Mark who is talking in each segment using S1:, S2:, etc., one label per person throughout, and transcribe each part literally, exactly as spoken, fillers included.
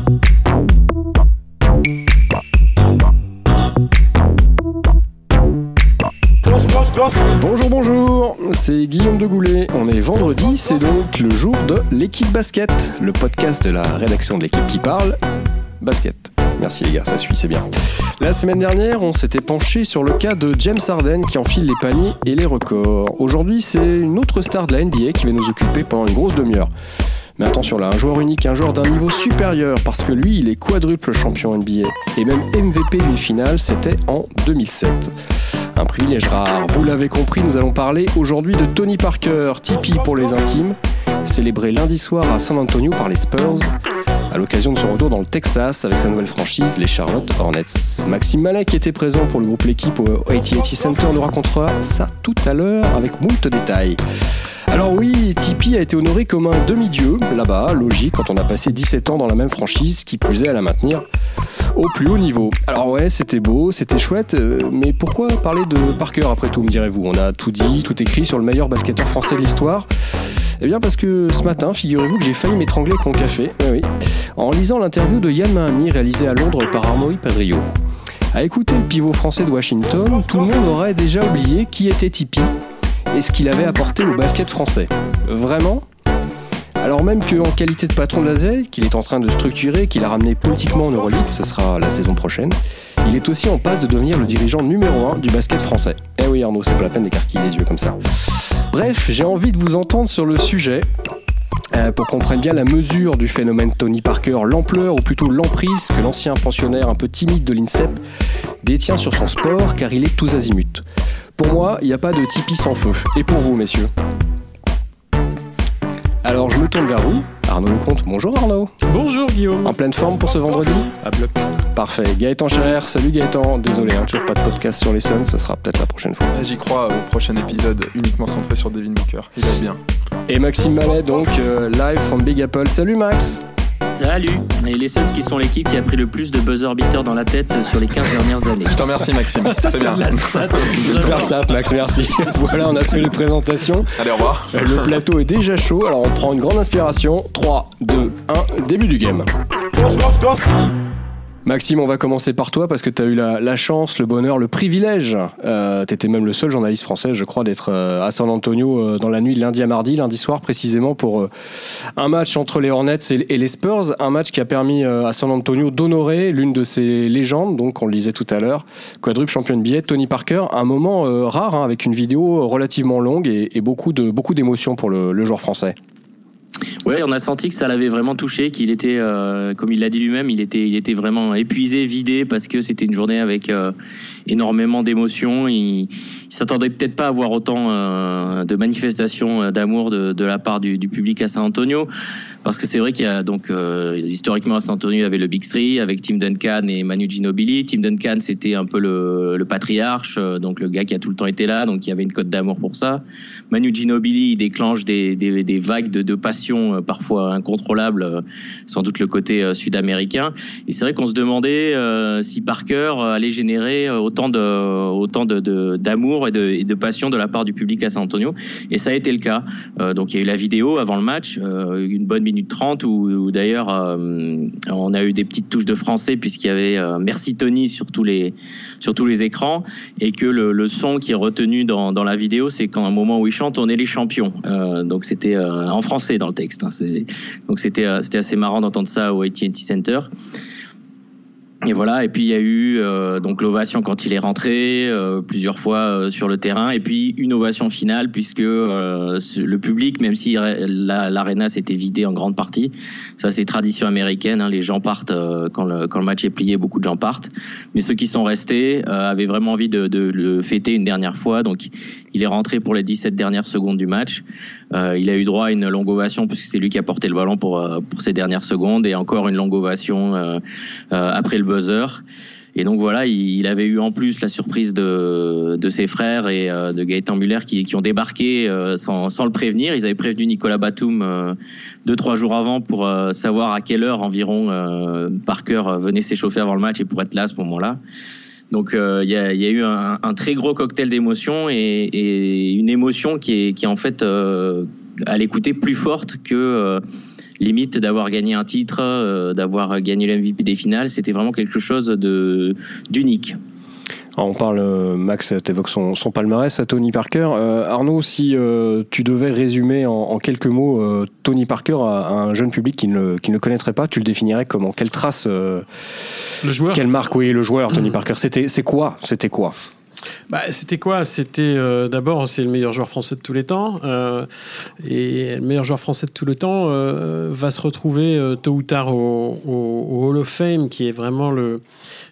S1: Bonjour, bonjour, c'est Guillaume de Goulet. On est vendredi, c'est donc le jour de l'équipe basket, le podcast de la rédaction de l'équipe qui parle basket. Merci les gars, ça suit, c'est bien. La semaine dernière, on s'était penché sur le cas de James Harden qui enfile les paniers et les records. Aujourd'hui, c'est une autre star de la N B A qui va nous occuper pendant une grosse demi-heure. Mais attention là, un joueur unique, un joueur d'un niveau supérieur, parce que lui, il est quadruple champion N B A. Et même M V P d'une finale, c'était en deux mille sept. Un privilège rare. Vous l'avez compris, nous allons parler aujourd'hui de Tony Parker, T P pour les intimes, célébré lundi soir à San Antonio par les Spurs, à l'occasion de son retour dans le Texas avec sa nouvelle franchise, les Charlotte Hornets. Maxime Mallet, qui était présent pour le groupe L'équipe au A T and T Center, nous racontera ça tout à l'heure avec moult détails. Alors oui, T P a été honoré comme un demi-dieu, là-bas, logique, quand on a passé dix-sept ans dans la même franchise, qui plus est à la maintenir au plus haut niveau. Alors ouais, c'était beau, c'était chouette, euh, mais pourquoi parler de Parker après tout, me direz-vous ? On a tout dit, tout écrit sur le meilleur basketteur français de l'histoire. Eh bien parce que ce matin, figurez-vous que j'ai failli m'étrangler avec mon café, oui, oui, en lisant l'interview de Yann Mahami réalisée à Londres par Amaury Pedrio. À écouter le pivot français de Washington, tout le monde aurait déjà oublié qui était T P et ce qu'il avait apporté au basket français. Vraiment ? Alors même qu'en qualité de patron de la Z E L, qu'il est en train de structurer, qu'il a ramené politiquement en Euroleague, ce sera la saison prochaine, il est aussi en passe de devenir le dirigeant numéro un du basket français. Eh oui Arnaud, c'est pas la peine d'écarquiller les yeux comme ça. Bref, j'ai envie de vous entendre sur le sujet, euh, pour qu'on prenne bien la mesure du phénomène Tony Parker, l'ampleur ou plutôt l'emprise que l'ancien pensionnaire un peu timide de l'INSEP détient sur son sport, car il est tous azimuts. Pour moi, il n'y a pas de T P sans feu. Et pour vous, messieurs ? Alors, je me tourne vers vous. Arnaud Lecomte, bonjour Arnaud.
S2: Bonjour Guillaume.
S1: En pleine forme pour ce vendredi ?
S2: À bloc.
S1: Parfait. Gaëtan Scherer, salut Gaëtan. Désolé, hein, toujours pas de podcast sur les Suns, ce sera peut-être la prochaine fois.
S2: J'y crois au prochain épisode uniquement centré sur Devin Booker. Il va bien.
S1: Et Maxime Mallet, donc, euh, live from Big Apple. Salut Max.
S3: Salut. Et les Suns qui sont l'équipe qui a pris le plus de buzzer beaters dans la tête sur les quinze dernières années.
S2: Je te remercie Maxime.
S1: Ça,
S2: c'est bien.
S1: La stat. Super stat Max, merci. Voilà, on a fait les présentations.
S2: Allez, au revoir.
S1: Le plateau est déjà chaud, alors on prend une grande inspiration. trois, deux, un, début du game. Maxime, on va commencer par toi parce que tu as eu la, la chance, le bonheur, le privilège. Euh, tu étais même le seul journaliste français, je crois, d'être euh, à San Antonio euh, dans la nuit de lundi à mardi, lundi soir précisément, pour euh, un match entre les Hornets et, et les Spurs. Un match qui a permis euh, à San Antonio d'honorer l'une de ses légendes, donc on le disait tout à l'heure, quadruple champion N B A, Tony Parker. Un moment euh, rare, hein, avec une vidéo relativement longue et, et beaucoup, de, beaucoup d'émotions pour le, le joueur français.
S3: Ouais, on a senti que ça l'avait vraiment touché, qu'il était, euh, comme il l'a dit lui-même, il était, il était vraiment épuisé, vidé, parce que c'était une journée avec euh, énormément d'émotions. Il, il s'attendait peut-être pas à voir autant euh, de manifestations d'amour de, de la part du, du public à San Antonio, parce que c'est vrai qu'il y a donc euh, historiquement à San Antonio, il y avait le Big Three avec Tim Duncan et Manu Ginobili. Tim Duncan, c'était un peu le, le patriarche, donc le gars qui a tout le temps été là, donc il y avait une cote d'amour pour ça. Manu Ginobili, il déclenche des, des, des vagues de, de passion parfois incontrôlables, sans doute le côté sud-américain. Et c'est vrai qu'on se demandait euh, si Parker allait générer autant de autant de, de d'amour et de, et de passion de la part du public à San Antonio. Et ça a été le cas. Euh, donc il y a eu la vidéo avant le match, euh, une bonne minute trente, où, où d'ailleurs euh, on a eu des petites touches de français puisqu'il y avait euh, Merci Tony sur tous les sur tous les écrans, et que le, le son qui est retenu dans, dans la vidéo, c'est qu'à un moment où il chante, on est les champions. Euh, donc c'était euh, en français dans le texte. Hein, c'est, donc c'était euh, c'était assez marrant d'entendre ça au A T and T Center. Et voilà, et puis il y a eu euh, donc l'ovation quand il est rentré, euh, plusieurs fois euh, sur le terrain, et puis une ovation finale puisque euh, le public, même si la, l'aréna s'était vidée en grande partie, ça c'est tradition américaine, hein, les gens partent euh, quand, le, quand le match est plié, beaucoup de gens partent, mais ceux qui sont restés euh, avaient vraiment envie de, de le fêter une dernière fois, donc il est rentré pour les dix-sept dernières secondes du match. Euh, il a eu droit à une longue ovation puisque c'est lui qui a porté le ballon pour euh, pour ces dernières secondes, et encore une longue ovation euh, euh, après le buzzer. Et donc voilà, il, il avait eu en plus la surprise de de ses frères et euh, de Gaëtan Muller qui qui ont débarqué euh, sans sans le prévenir. Ils avaient prévenu Nicolas Batum euh, deux trois jours avant pour euh, savoir à quelle heure environ euh, Parker venait s'échauffer avant le match et pour être là à ce moment-là. Donc il euh, y, a, y a eu un, un très gros cocktail d'émotions, et, et une émotion qui est, qui est en fait euh, à l'écouter plus forte que euh, limite d'avoir gagné un titre, euh, d'avoir gagné le M V P des finales. C'était vraiment quelque chose de d'unique.
S1: Alors on parle, Max, t'évoques son, son palmarès à Tony Parker. Euh, Arnaud, si euh, tu devais résumer en, en quelques mots euh, Tony Parker à, à un jeune public qui ne, qui ne le connaîtrait pas, tu le définirais comment? Quelle trace euh,
S4: Le joueur.
S1: Quelle marque, oui, le joueur, Tony Parker. C'était, c'est quoi C'était quoi
S4: Bah, c'était quoi? C'était euh, d'abord, c'est le meilleur joueur français de tous les temps. Euh, et le meilleur joueur français de tous les temps euh, va se retrouver euh, tôt ou tard au, au, au Hall of Fame, qui est vraiment le...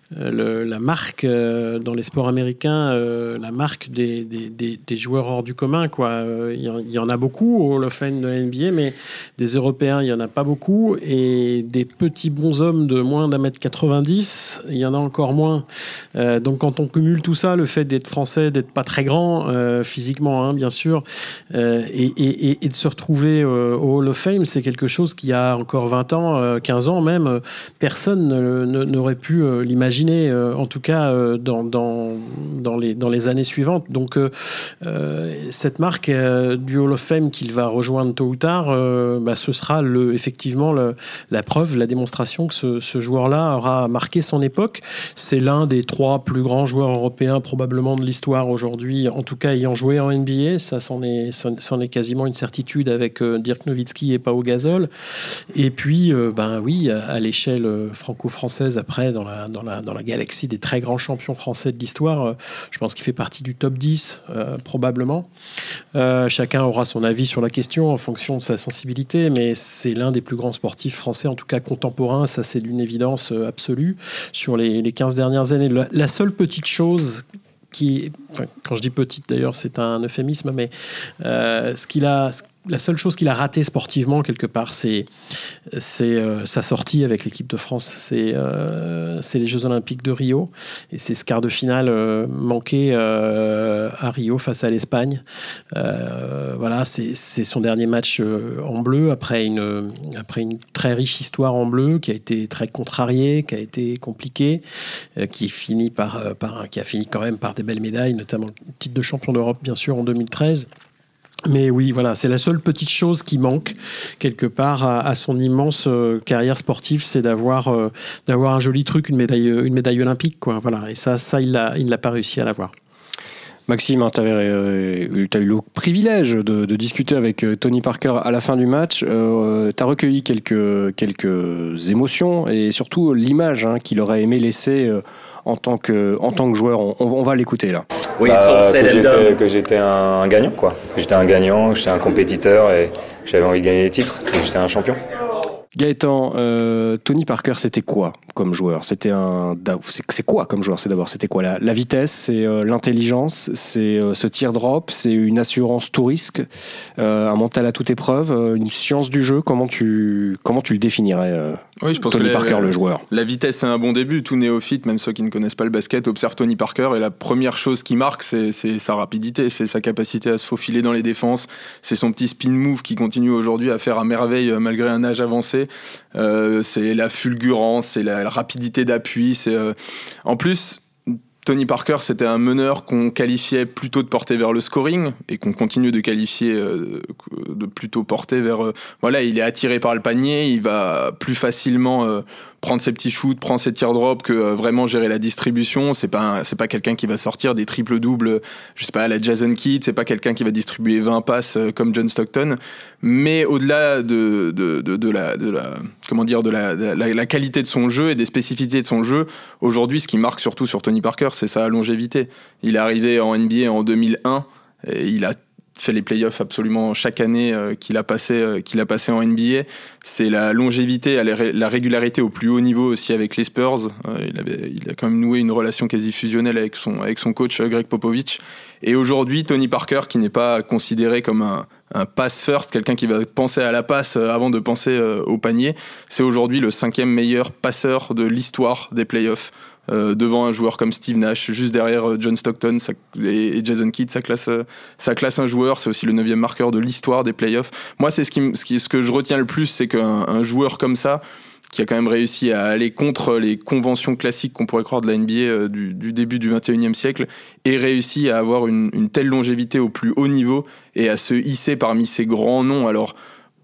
S4: Le, la marque euh, dans les sports américains, euh, la marque des, des, des, des joueurs hors du commun, quoi. Euh, il, y en, il y en a beaucoup au Hall of Fame de la N B A, mais des Européens, il n'y en a pas beaucoup. Et des petits bonshommes de moins d'un mètre quatre-vingt-dix, il y en a encore moins. Euh, donc quand on cumule tout ça, le fait d'être français, d'être pas très grand, euh, physiquement, hein, bien sûr, euh, et, et, et, et de se retrouver euh, au Hall of Fame, c'est quelque chose qui a encore vingt ans, euh, quinze ans même, personne ne, ne, n'aurait pu euh, l'imaginer. Euh, en tout cas euh, dans, dans, dans, les, dans les années suivantes. Donc euh, euh, cette marque euh, du Hall of Fame qu'il va rejoindre tôt ou tard, euh, bah, ce sera le, effectivement le, la preuve, la démonstration que ce, ce joueur-là aura marqué son époque. C'est l'un des trois plus grands joueurs européens probablement de l'histoire aujourd'hui, en tout cas ayant joué en N B A. Ça, c'en est, c'en est quasiment une certitude avec euh, Dirk Nowitzki et Pau Gasol. Et puis, euh, ben oui, à, à l'échelle franco-française après, dans la, dans la dans la galaxie des très grands champions français de l'histoire, euh, je pense qu'il fait partie du top dix, euh, probablement. Euh, chacun aura son avis sur la question en fonction de sa sensibilité, mais c'est l'un des plus grands sportifs français, en tout cas contemporains, ça c'est d'une évidence euh, absolue, sur les, les quinze dernières années. La, la seule petite chose qui, enfin, quand je dis petite d'ailleurs, c'est un euphémisme, mais euh, ce qu'il a... La seule chose qu'il a raté sportivement, quelque part, c'est, c'est euh, sa sortie avec l'équipe de France. C'est, euh, c'est les Jeux Olympiques de Rio. Et c'est ce quart de finale euh, manqué euh, à Rio face à l'Espagne. Euh, voilà, c'est, c'est son dernier match euh, en bleu, après une, après une très riche histoire en bleu, qui a été très contrariée, qui a été compliquée, euh, qui, finit par, euh, par, qui a fini quand même par des belles médailles, notamment le titre de champion d'Europe, bien sûr, en deux mille treize. Mais oui, voilà, c'est la seule petite chose qui manque quelque part à, à son immense euh, carrière sportive, c'est d'avoir euh, d'avoir un joli truc, une médaille, une médaille olympique, quoi. Voilà, et ça, ça, il l'a, il l'a pas réussi à l'avoir.
S1: Maxime, hein, tu as euh, eu le privilège de, de discuter avec euh, Tony Parker à la fin du match. Euh, tu as recueilli quelques quelques émotions et surtout l'image hein, qu'il aurait aimé laisser. Euh, En tant, que, en tant que joueur, on, on va l'écouter là.
S5: Oui, bah, que, j'étais, que j'étais un gagnant, quoi. Que j'étais un gagnant, que j'étais un compétiteur et j'avais envie de gagner des titres, que j'étais un champion.
S1: Gaëtan, euh, Tony Parker, c'était quoi comme joueur? C'était un, c'est, c'est quoi comme joueur? C'est d'abord, c'était quoi la, la vitesse, c'est euh, l'intelligence, c'est euh, ce tir drop, c'est une assurance tout risque, euh, un mental à toute épreuve, euh, une science du jeu. Comment tu, comment tu le définirais euh,
S2: Oui, je pense
S1: Tony
S2: que
S1: Parker,
S2: la,
S1: le joueur.
S2: La vitesse, c'est un bon début. Tout néophyte, même ceux qui ne connaissent pas le basket, observent Tony Parker et la première chose qui marque, c'est, c'est sa rapidité, c'est sa capacité à se faufiler dans les défenses, c'est son petit spin move qui continue aujourd'hui à faire à merveille malgré un âge avancé. Euh, c'est la fulgurance, c'est la, la rapidité d'appui. C'est, euh... En plus, Tony Parker, c'était un meneur qu'on qualifiait plutôt de porter vers le scoring et qu'on continue de qualifier euh, de plutôt porter vers... Euh, voilà, il est attiré par le panier, il va plus facilement... Euh, prendre ses petits shoots, prendre ses tirs drop, que euh, vraiment gérer la distribution. C'est pas un, c'est pas quelqu'un qui va sortir des triples doubles, je sais pas, à la Jason Kidd. C'est pas quelqu'un qui va distribuer vingt passes euh, comme John Stockton. Mais au-delà de de de, de la de la comment dire de la, de la la qualité de son jeu et des spécificités de son jeu, aujourd'hui, ce qui marque surtout sur Tony Parker, c'est sa longévité. Il est arrivé en N B A en deux mille un et il a fait les playoffs absolument chaque année euh, qu'il a passé euh, qu'il a passé en N B A. C'est la longévité, la régularité au plus haut niveau aussi avec les Spurs. Euh, il avait il a quand même noué une relation quasi fusionnelle avec son avec son coach Greg Popovich. Et aujourd'hui, Tony Parker, qui n'est pas considéré comme un un pass first, quelqu'un qui va penser à la passe avant de penser euh, au panier, c'est aujourd'hui le cinquième meilleur passeur de l'histoire des playoffs. Euh, devant un joueur comme Steve Nash, juste derrière euh, John Stockton ça, et, et Jason Kidd, ça classe, euh, ça classe un joueur. C'est aussi le neuvième marqueur de l'histoire des playoffs. Moi, c'est ce, qui, ce, qui, ce que je retiens le plus, c'est qu'un un joueur comme ça, qui a quand même réussi à aller contre les conventions classiques qu'on pourrait croire de la N B A euh, du, du début du vingt et unième siècle, ait réussi à avoir une, une telle longévité au plus haut niveau et à se hisser parmi ces grands noms. Alors,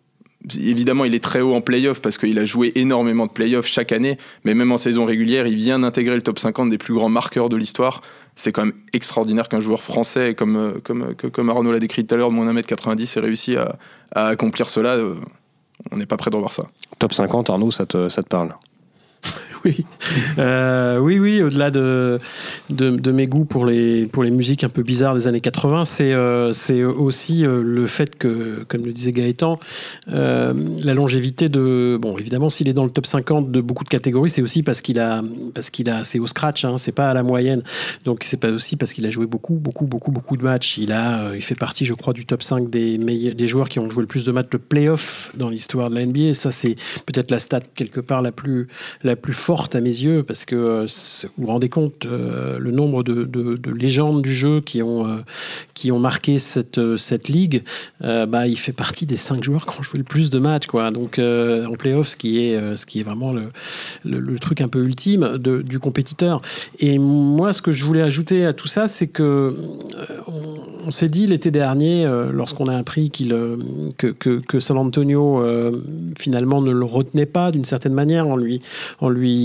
S2: évidemment, il est très haut en play-off parce qu'il a joué énormément de play-off chaque année, mais même en saison régulière, il vient d'intégrer le top cinquante des plus grands marqueurs de l'histoire. C'est quand même extraordinaire qu'un joueur français, comme, comme, comme Arnaud l'a décrit tout à l'heure, de moins d'un mètre quatre-vingt-dix, ait réussi à, à accomplir cela. On n'est pas prêt de revoir ça.
S1: Top cinquante, Arnaud, ça te, ça te parle?
S4: Oui, euh, oui, oui. Au-delà de, de de mes goûts pour les pour les musiques un peu bizarres des années quatre-vingts, c'est euh, c'est aussi euh, le fait que, comme le disait Gaëtan, euh, la longévité de bon, évidemment, s'il est dans le top cinquante de beaucoup de catégories, c'est aussi parce qu'il a parce qu'il a c'est au scratch, hein, c'est pas à la moyenne. Donc c'est pas aussi parce qu'il a joué beaucoup, beaucoup, beaucoup, beaucoup de matchs. Il a, euh, il fait partie, je crois, du top cinq des meilleurs, des joueurs qui ont joué le plus de matchs de play-off dans l'histoire de la N B A. Et ça, c'est peut-être la stat quelque part la plus la plus forte à mes yeux, parce que euh, vous vous rendez compte euh, le nombre de, de, de légendes du jeu qui ont, euh, qui ont marqué cette, cette ligue, euh, bah, il fait partie des cinq joueurs qui ont joué le plus de matchs, quoi. Donc euh, en play-off, ce qui est, euh, ce qui est vraiment le, le, le truc un peu ultime de, du compétiteur. Et moi, ce que je voulais ajouter à tout ça, c'est que euh, on, on s'est dit l'été dernier, euh, lorsqu'on a appris qu'il, euh, que, que, que San Antonio euh, finalement ne le retenait pas d'une certaine manière, en lui, en lui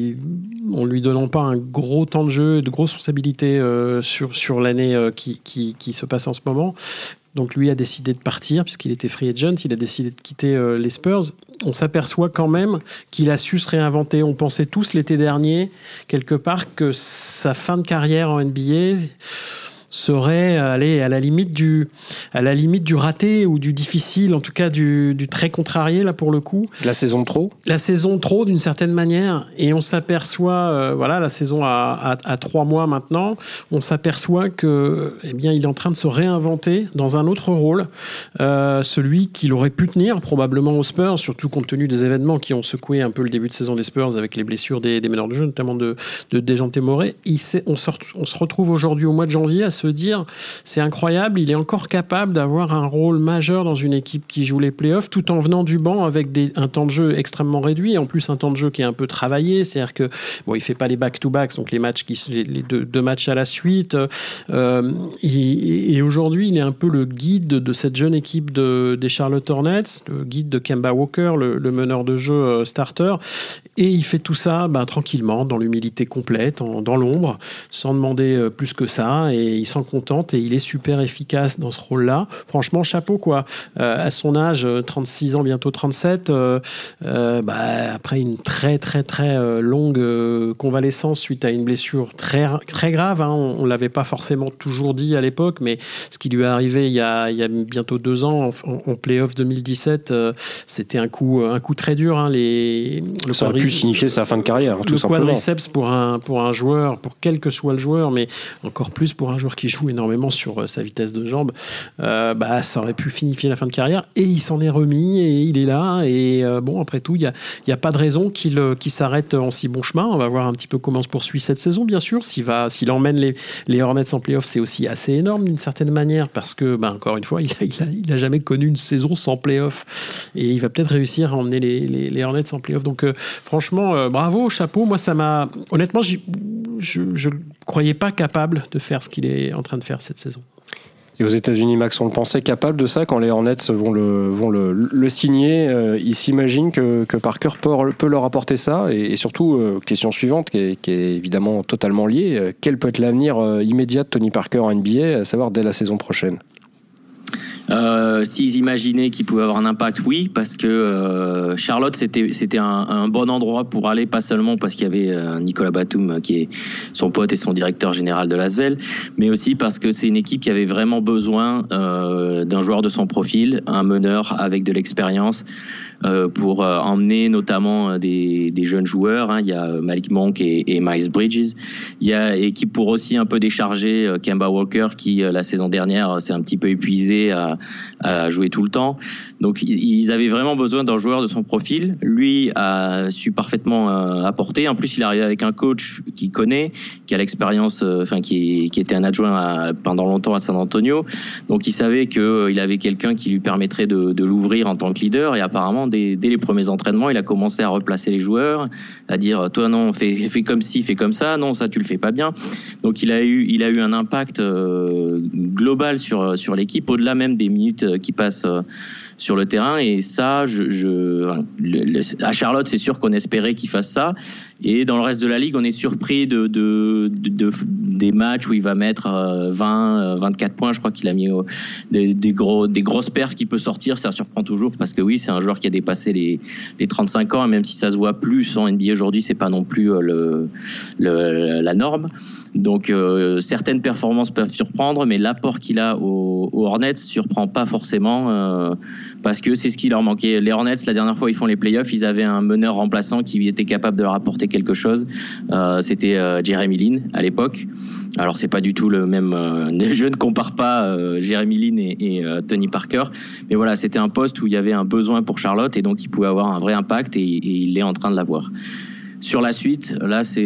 S4: en lui donnant pas un gros temps de jeu et de grosses responsabilités euh, sur, sur l'année euh, qui, qui, qui se passe en ce moment. Donc lui a décidé de partir puisqu'il était free agent, il a décidé de quitter euh, les Spurs. On s'aperçoit quand même qu'il a su se réinventer. On pensait tous l'été dernier, quelque part, que sa fin de carrière en N B A serait allé à la limite du à la limite du raté ou du difficile, en tout cas du, du très contrarié là pour le coup.
S1: La saison de trop.
S4: La saison de trop d'une certaine manière, et on s'aperçoit euh, voilà, la saison à, à, à trois mois maintenant, on s'aperçoit que eh bien il est en train de se réinventer dans un autre rôle, euh, celui qu'il aurait pu tenir probablement aux Spurs, surtout compte tenu des événements qui ont secoué un peu le début de saison des Spurs avec les blessures des, des meneurs de jeu, notamment de de Dejounte Murray. Il on, sort, on se retrouve aujourd'hui au mois de janvier à se dire c'est incroyable, il est encore capable d'avoir un rôle majeur dans une équipe qui joue les playoffs tout en venant du banc avec des, un temps de jeu extrêmement réduit, et en plus un temps de jeu qui est un peu travaillé, c'est-à-dire que bon, il fait pas les back-to-backs, donc les matchs qui les, les deux, deux matchs à la suite, euh, et, et aujourd'hui il est un peu le guide de cette jeune équipe de, des Charlotte Hornets, le guide de Kemba Walker, le, le meneur de jeu euh, starter, et il fait tout ça ben, tranquillement, dans l'humilité complète, en, dans l'ombre, sans demander euh, plus que ça, et il s'en contente, et il est super efficace dans ce rôle-là. Franchement, chapeau, quoi. Euh, à son âge, trente-six ans, bientôt trente-sept, euh, euh, bah, après une très, très, très euh, longue euh, convalescence suite à une blessure très, très grave, hein. On ne l'avait pas forcément toujours dit à l'époque, mais ce qui lui est arrivé il y a, il y a bientôt deux ans, en, en, en play-off deux mille dix-sept, euh, c'était un coup, un coup très dur. Hein. Les,
S1: le Ça aurait pu signifier sa fin de carrière, tout
S4: le
S1: simplement. Le
S4: quadriceps pour un, pour un joueur, pour quel que soit le joueur, mais encore plus pour un joueur qui joue énormément sur sa vitesse de jambe, euh, bah, ça aurait pu signifier la fin de carrière, et il s'en est remis et il est là, et euh, bon, après tout, il n'y a, y a pas de raison qu'il, qu'il s'arrête en si bon chemin. On va voir un petit peu comment se poursuit cette saison, bien sûr. S'il, va, s'il emmène les, les Hornets en play-off, c'est aussi assez énorme d'une certaine manière, parce que, bah, encore une fois, il n'a il a, il a jamais connu une saison sans play-off, et il va peut-être réussir à emmener les, les, les Hornets en play-off. Donc euh, franchement, euh, bravo, chapeau. Moi, ça m'a... Honnêtement, j'y, je ne croyais pas capable de faire ce qu'il est en train de faire cette saison.
S1: Et aux États-Unis, Max, on le pensait capable de ça quand les Hornets vont le, vont le, le signer. Euh, ils s'imaginent que, que Parker peut, peut leur apporter ça. Et, et surtout, euh, question suivante, qui est, qui est évidemment totalement liée, euh, quel peut être l'avenir euh, immédiat de Tony Parker en N B A, à savoir dès la saison prochaine?
S3: Euh, s'ils imaginaient qu'il pouvait avoir un impact, oui, parce que euh, Charlotte, c'était, c'était un, un bon endroit pour aller, pas seulement parce qu'il y avait euh, Nicolas Batum, qui est son pote et son directeur général de l'Asvel, mais aussi parce que c'est une équipe qui avait vraiment besoin euh, d'un joueur de son profil, un meneur avec de l'expérience, euh, pour euh, emmener notamment des, des jeunes joueurs. Hein. Il y a Malik Monk et, et Miles Bridges. Il y a, et qui pour aussi un peu décharger euh, Kemba Walker, qui euh, la saison dernière s'est un petit peu épuisé à, à jouer tout le temps. Donc ils avaient vraiment besoin d'un joueur de son profil. Lui a su parfaitement euh, apporter. En plus, il est arrivé avec un coach qui connaît, qui a l'expérience, euh, enfin qui, qui était un adjoint à, pendant longtemps à San Antonio. Donc il savait que euh, il avait quelqu'un qui lui permettrait de, de l'ouvrir en tant que leader. Et apparemment, dès, dès les premiers entraînements, il a commencé à replacer les joueurs, à dire toi non, fais, fais comme ci, fais comme ça. Non, ça tu le fais pas bien. Donc il a eu, il a eu un impact euh, global sur sur l'équipe, au-delà même des des minutes qu'il passe sur le terrain. Et ça, je, je le, le, à Charlotte, c'est sûr qu'on espérait qu'il fasse ça. Et dans le reste de la ligue, on est surpris de, de, de, de des matchs où il va mettre vingt, vingt-quatre points. Je crois qu'il a mis des, des gros, des grosses perfs qu'il peut sortir. Ça surprend toujours parce que oui, c'est un joueur qui a dépassé les, les trente-cinq ans. Et même si ça se voit plus en N B A aujourd'hui, c'est pas non plus le, le la norme. Donc euh, certaines performances peuvent surprendre, mais l'apport qu'il a aux, aux Hornets surprend pas forcément euh, parce que c'est ce qui leur manquait. Les Hornets, la dernière fois ils font les playoffs, ils avaient un meneur remplaçant qui était capable de leur apporter quelque chose. Euh, c'était euh, Jeremy Lin à l'époque. Alors c'est pas du tout le même. Euh, je ne compare pas euh, Jeremy Lin et, et euh, Tony Parker, mais voilà, c'était un poste où il y avait un besoin pour Charlotte et donc il pouvait avoir un vrai impact et, et il est en train de l'avoir. Sur la suite, là, c'est,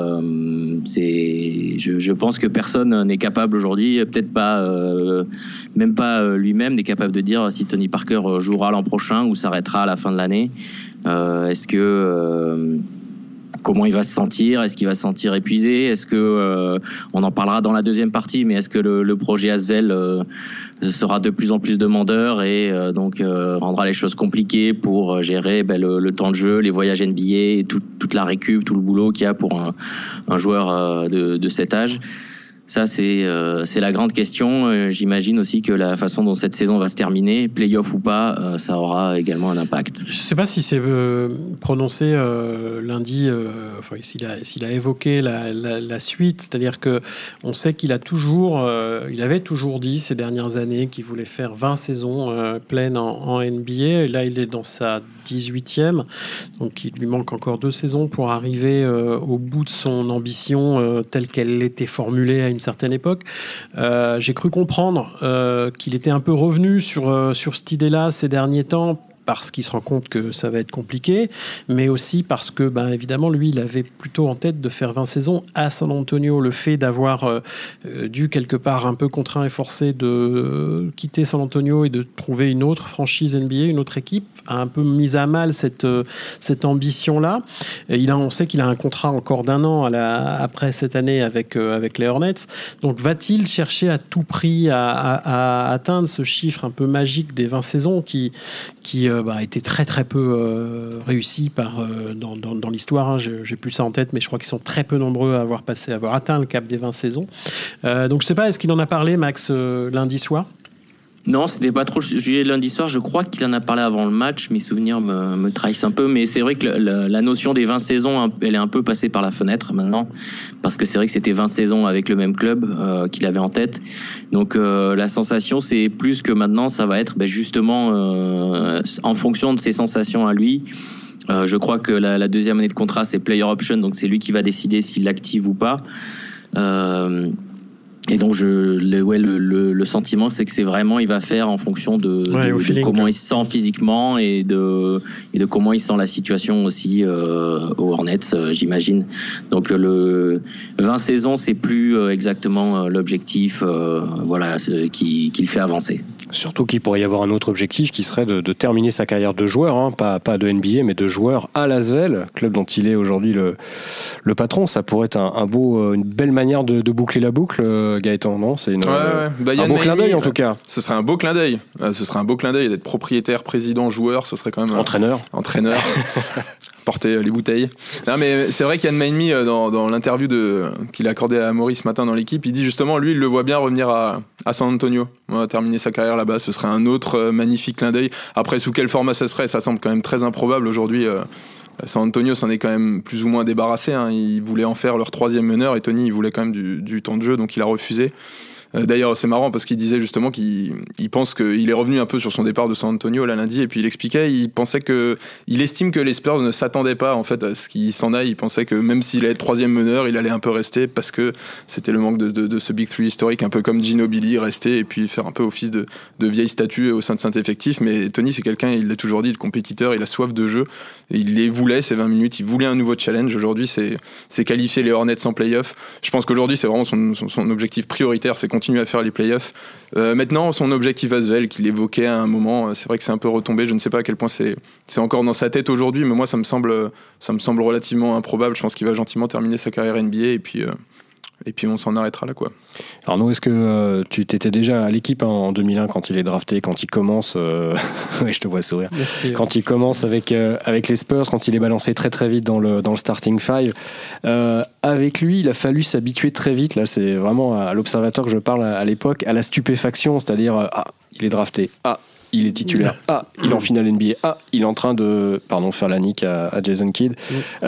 S3: euh, c'est, je, je pense que personne n'est capable aujourd'hui, peut-être pas, euh, même pas lui-même, n'est capable de dire si Tony Parker jouera l'an prochain ou s'arrêtera à la fin de l'année. Euh, est-ce que euh, comment il va se sentir? Est-ce qu'il va se sentir épuisé? Est-ce que euh, on en parlera dans la deuxième partie, mais est-ce que le, le projet Asvel euh, sera de plus en plus demandeur et euh, donc euh, rendra les choses compliquées pour gérer ben, le, le temps de jeu, les voyages N B A, et tout, toute la récup, tout le boulot qu'il y a pour un, un joueur euh, de, de cet âge. Ça, c'est, euh, c'est la grande question. Euh, j'imagine aussi que la façon dont cette saison va se terminer, play-off ou pas, euh, ça aura également un impact.
S4: Je ne sais pas si c'est euh, prononcé euh, lundi, euh, enfin, s'il a, s'il a évoqué la, la, la suite, c'est-à-dire qu'on sait qu'il a toujours, euh, il avait toujours dit ces dernières années qu'il voulait faire vingt saisons euh, pleines en, en N B A. Et là, il est dans sa dix-huitième, donc il lui manque encore deux saisons pour arriver euh, au bout de son ambition euh, telle qu'elle était formulée à une certaine époque. Euh, j'ai cru comprendre euh, qu'il était un peu revenu sur, euh, sur cette idée-là ces derniers temps, parce qu'il se rend compte que ça va être compliqué, mais aussi parce que, ben, évidemment, lui, il avait plutôt en tête de faire vingt saisons à San Antonio. Le fait d'avoir euh, dû, quelque part, un peu contraint et forcé de euh, quitter San Antonio et de trouver une autre franchise N B A, une autre équipe, a un peu mis à mal cette, euh, cette ambition-là. Et il a, on sait qu'il a un contrat encore d'un an à la, après cette année avec, euh, avec les Hornets. Donc, va-t-il chercher à tout prix à, à, à atteindre ce chiffre un peu magique des vingt saisons qui, qui euh, bah, a été très très peu euh, réussi par, euh, dans, dans, dans l'histoire. Hein. Je, j'ai plus ça en tête, mais je crois qu'ils sont très peu nombreux à avoir, passé, à avoir atteint le cap des vingt saisons. Euh, donc je ne sais pas, est-ce qu'il en a parlé, Max, euh, lundi soir ?
S3: Non, c'était pas trop juillet lundi soir. Je crois qu'il en a parlé avant le match. Mes souvenirs me, me trahissent un peu, mais c'est vrai que la, la notion des vingt saisons, elle est un peu passée par la fenêtre maintenant, parce que c'est vrai que c'était vingt saisons avec le même club euh, qu'il avait en tête. Donc euh, la sensation, c'est plus que maintenant, ça va être ben, justement euh, en fonction de ses sensations à lui. Euh, je crois que la, la deuxième année de contrat, c'est player option, donc c'est lui qui va décider s'il l'active ou pas. Euh, Et donc, je, le, ouais, le, le, le sentiment, c'est que c'est vraiment, il va faire en fonction de,
S4: ouais,
S3: de,
S4: feeling,
S3: de comment
S4: quoi.
S3: il se sent physiquement et de, et de comment il sent la situation aussi euh, aux Hornets, euh, j'imagine. Donc, le vingt saisons, c'est plus euh, exactement l'objectif, euh, voilà, qui, qui le fait avancer.
S1: Surtout qu'il pourrait y avoir un autre objectif qui serait de, de terminer sa carrière de joueur, hein, pas, pas de N B A, mais de joueur à l'Asvel, club dont il est aujourd'hui le, le patron. Ça pourrait être un, un beau, une belle manière de, de boucler la boucle, Gaëtan, non? C'est une,
S2: ouais, ouais. Bah,
S1: un beau clin d'œil en tout cas.
S2: Ce serait un beau clin d'œil. Ce serait un beau clin d'œil d'être propriétaire, président, joueur. Ce serait quand même
S1: entraîneur.
S2: Un, entraîneur. Porter les bouteilles. Non, mais c'est vrai qu'Yann Maenmi, dans, dans l'interview de, qu'il a accordée à Maurice ce matin dans l'équipe, il dit justement, lui, il le voit bien revenir à, à San Antonio. On va terminer sa carrière là-bas. Ce serait un autre magnifique clin d'œil. Après, sous quel format ça serait? Ça semble quand même très improbable aujourd'hui. Euh, San Antonio s'en est quand même plus ou moins débarrassé. Hein. Ils voulaient en faire leur troisième meneur et Tony, il voulait quand même du, du temps de jeu, donc il a refusé. D'ailleurs, c'est marrant parce qu'il disait justement qu'il il pense qu'il est revenu un peu sur son départ de San Antonio là lundi, et puis il expliquait, il pensait que, il estime que les Spurs ne s'attendaient pas en fait à ce qu'il s'en aille. Il pensait que même s'il allait être troisième meneur, il allait un peu rester parce que c'était le manque de, de, de ce Big Three historique, un peu comme Ginobili, rester et puis faire un peu office de, de vieille statue au sein de cet effectif. Mais Tony, c'est quelqu'un, il l'a toujours dit, de compétiteur, il a soif de jeu, et il les voulait ces vingt minutes, il voulait un nouveau challenge. Aujourd'hui, c'est, c'est qualifier les Hornets en play-off. Je pense qu'aujourd'hui, c'est vraiment son, son, son objectif prioritaire, c'est continuer à faire les playoffs. Euh, maintenant, son objectif Asvel, qu'il évoquait à un moment, c'est vrai que c'est un peu retombé. Je ne sais pas à quel point c'est, c'est encore dans sa tête aujourd'hui, mais moi, ça me semble, ça me semble relativement improbable. Je pense qu'il va gentiment terminer sa carrière N B A et puis, euh, Et puis on s'en arrêtera là, quoi.
S1: Arnaud, est-ce que euh, tu t'étais déjà à l'équipe hein, en deux mille un quand il est drafté, quand il commence euh... Oui, je te vois sourire.
S4: Merci.
S1: Quand il commence avec, euh, avec les Spurs, quand il est balancé très très vite dans le, dans le starting five, euh, avec lui, il a fallu s'habituer très vite. Là, c'est vraiment à l'observateur que je parle à, à l'époque, à la stupéfaction, c'est-à-dire euh, ah, il est drafté, ah, il est titulaire, ah, il est en finale N B A, ah, il est en train de, pardon, faire la nique à, à Jason Kidd,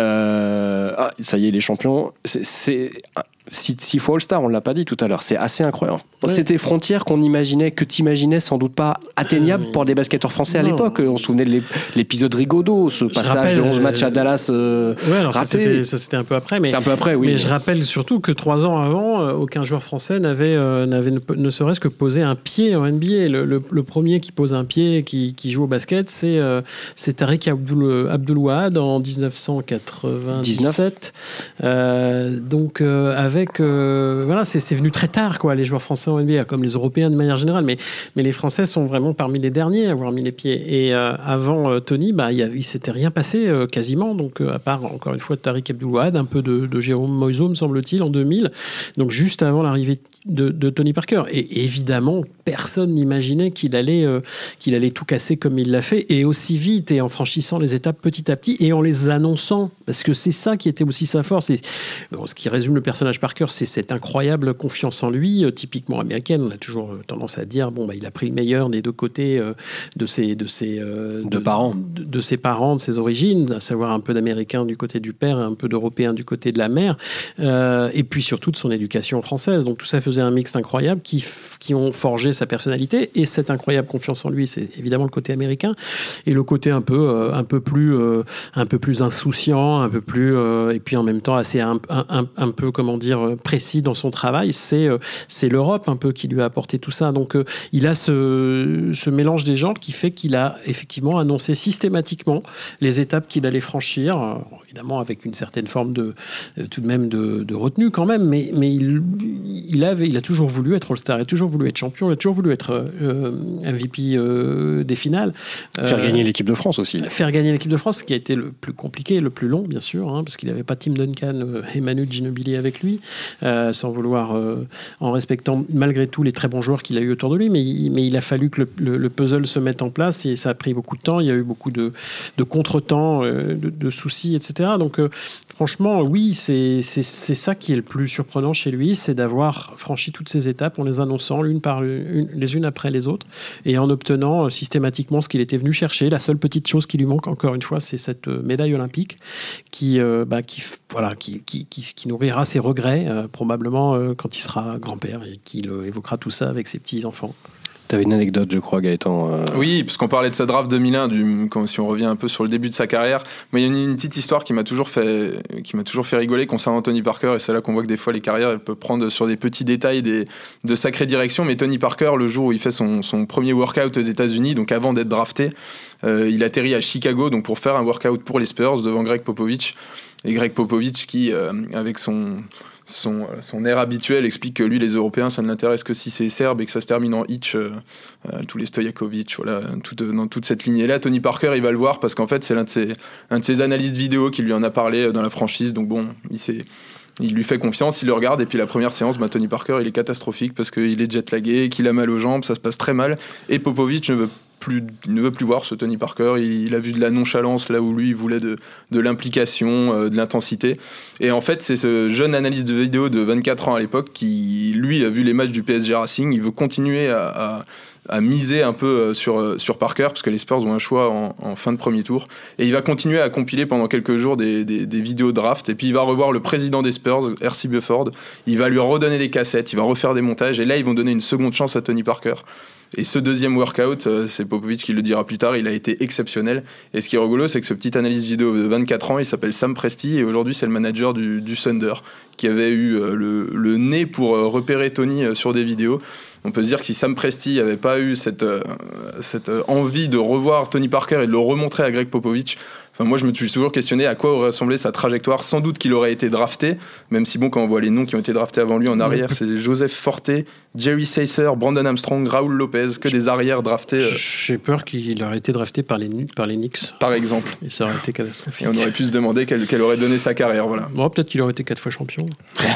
S1: euh, ah, ça y est, il est champion. C'est, c'est six, six fois All-Star, on ne l'a pas dit tout à l'heure, c'est assez incroyable. Ouais. C'était frontières qu'on imaginait, que tu imaginais sans doute pas atteignables euh, pour des basketteurs français non. à l'époque. On se souvenait de l'épisode Rigaudot, ce passage rappelle, de onze matchs à Dallas euh,
S4: ouais, alors
S1: raté.
S4: Ça c'était, ça c'était un peu après, mais,
S1: c'est un peu après, oui.
S4: mais je rappelle surtout que trois ans avant, euh, aucun joueur français n'avait, euh, n'avait ne, ne serait-ce que posé un pied en N B A. Le, le, le premier qui pose un pied, qui, qui joue au basket, c'est, euh, c'est Tariq Abdul, Abdul-Wahad en dix-neuf cent quatre-vingt-dix-sept. Euh, donc euh, avec... Euh, voilà, c'est, c'est venu très tard, quoi, les joueurs français en N B A, comme les Européens de manière générale, mais, mais les Français sont vraiment parmi les derniers à avoir mis les pieds. Et euh, avant euh, Tony, bah, il ne s'était rien passé euh, quasiment, donc euh, à part, encore une fois, de Tariq Abdul-Wahad, un peu de, de Jérôme Moïseau, me semble-t-il, en deux mille, donc juste avant l'arrivée de, de Tony Parker. Et évidemment, personne n'imaginait qu'il allait, euh, qu'il allait tout casser comme il l'a fait, et aussi vite, et en franchissant les étapes petit à petit, et en les annonçant, parce que c'est ça qui était aussi sa force. Et, bon, ce qui résume le personnage Parker, c'est cette incroyable confiance en lui, euh, typiquement américaine. On a toujours euh, tendance à dire, bon, bah, il a pris le meilleur des deux côtés euh, de ses, de ses, euh,
S1: de, de parents,
S4: de, de ses parents, de ses origines, à savoir un peu d'américain du côté du père, et un peu d'européen du côté de la mère, euh, et puis surtout de son éducation française. Donc tout ça faisait un mix incroyable qui, qui ont forgé sa personnalité, et cette incroyable confiance en lui, c'est évidemment le côté américain, et le côté un peu, euh, un peu plus, euh, un peu plus insouciant, un peu plus, euh, et puis en même temps assez un, un, un peu, comment dire, précis dans son travail. C'est, euh, c'est l'Europe un peu qui lui a apporté tout ça. Donc euh, il a ce, ce mélange des genres qui fait qu'il a effectivement annoncé systématiquement les étapes qu'il allait franchir, euh, évidemment avec une certaine forme de, euh, tout de même de, de retenue quand même, mais, mais il, il, avait, il a toujours voulu être All-Star, il a toujours voulu être champion, il a toujours voulu être euh, M V P euh, des finales.
S1: Faire euh, gagner l'équipe de France aussi.
S4: Faire gagner l'équipe de France, ce qui a été le plus compliqué, le plus long, bien sûr, hein, parce qu'il n'avait pas Tim Duncan euh, et Manu Ginobili avec lui, euh, sans vouloir, euh, en respectant malgré tout les très bons joueurs qu'il a eu autour de lui, mais, mais il a fallu que le, le, le puzzle se mette en place, et ça a pris beaucoup de temps, il y a eu beaucoup de, de contretemps, euh, de, de soucis, et cetera. Donc euh, franchement, oui, c'est, c'est, c'est ça qui est le plus surprenant chez lui, c'est d'avoir franchi toutes ces étapes en les annonçant l'une par une, les unes après les autres, et en obtenant euh, systématiquement ce qu'il était venu chercher. La seule petite chose qui lui manque, encore une fois, c'est cette euh, médaille olympique qui, euh, bah, qui, voilà, qui, qui, qui, qui nourrira ses regrets, euh, probablement euh, quand il sera grand-père, et qu'il euh, évoquera tout ça avec ses petits-enfants.
S1: T'avais une anecdote, je crois, Gaëtan. Euh...
S2: Oui, parce qu'on parlait de sa draft deux mille un, du, quand, si on revient un peu sur le début de sa carrière. Mais il y a une, une petite histoire qui m'a toujours fait, qui m'a toujours fait rigoler concernant Tony Parker, et c'est là qu'on voit que des fois les carrières, elles peuvent prendre sur des petits détails des, de sacrées directions. Mais Tony Parker, le jour où il fait son, son premier workout aux États-Unis, donc avant d'être drafté, euh, il atterrit à Chicago, donc pour faire un workout pour les Spurs devant Greg Popovich. Et Greg Popovich qui, euh, avec son Son, son air habituel, explique que lui, les Européens, ça ne l'intéresse que si c'est serbe et que ça se termine en hitch, euh, euh, tous les Stojakovic, voilà, tout, dans toute cette lignée-là. Tony Parker, il va le voir parce qu'en fait, c'est l'un de ses, un de ses analystes vidéo qui lui en a parlé dans la franchise. Donc bon, il, s'est, il lui fait confiance, il le regarde, et puis la première séance, bah, Tony Parker, il est catastrophique parce qu'il est jet-lagué, qu'il a mal aux jambes, ça se passe très mal. Et Popovich ne veut Plus, il ne veut plus voir ce Tony Parker. Il, il a vu de la nonchalance là où lui il voulait de, de l'implication, euh, de l'intensité. Et en fait, c'est ce jeune analyste de vidéo de vingt-quatre ans à l'époque qui, lui, a vu les matchs du P S G Racing. Il veut continuer à, à, à miser un peu sur, sur Parker parce que les Spurs ont un choix en, en fin de premier tour. Et il va continuer à compiler pendant quelques jours des, des, des vidéos draft. Et puis il va revoir le président des Spurs, R C Bufford. Il va lui redonner des cassettes, il va refaire des montages. Et là, ils vont donner une seconde chance à Tony Parker. Et ce deuxième workout, c'est Popovich qui le dira plus tard, il a été exceptionnel. Et ce qui est rigolo, c'est que ce petit analyste vidéo de vingt-quatre ans, il s'appelle Sam Presti, et aujourd'hui c'est le manager du, du Thunder, qui avait eu le, le nez pour repérer Tony sur des vidéos. On peut se dire que si Sam Presti n'avait pas eu cette, cette envie de revoir Tony Parker et de le remontrer à Greg Popovich, Enfin, moi, je me suis toujours questionné à quoi aurait ressemblé sa trajectoire. Sans doute qu'il aurait été drafté, même si, bon, quand on voit les noms qui ont été draftés avant lui en arrière, c'est Joseph Forte, Jerry Sacer, Brandon Armstrong, Raúl Lopez, que des arrières draftés. Euh...
S4: J'ai peur qu'il aurait été drafté par les, par les Knicks.
S2: Par exemple.
S4: Et ça aurait été catastrophique.
S2: Et on aurait pu se demander quelle, quelle aurait donné sa carrière. Voilà.
S4: Bon, peut-être qu'il aurait été quatre fois champion.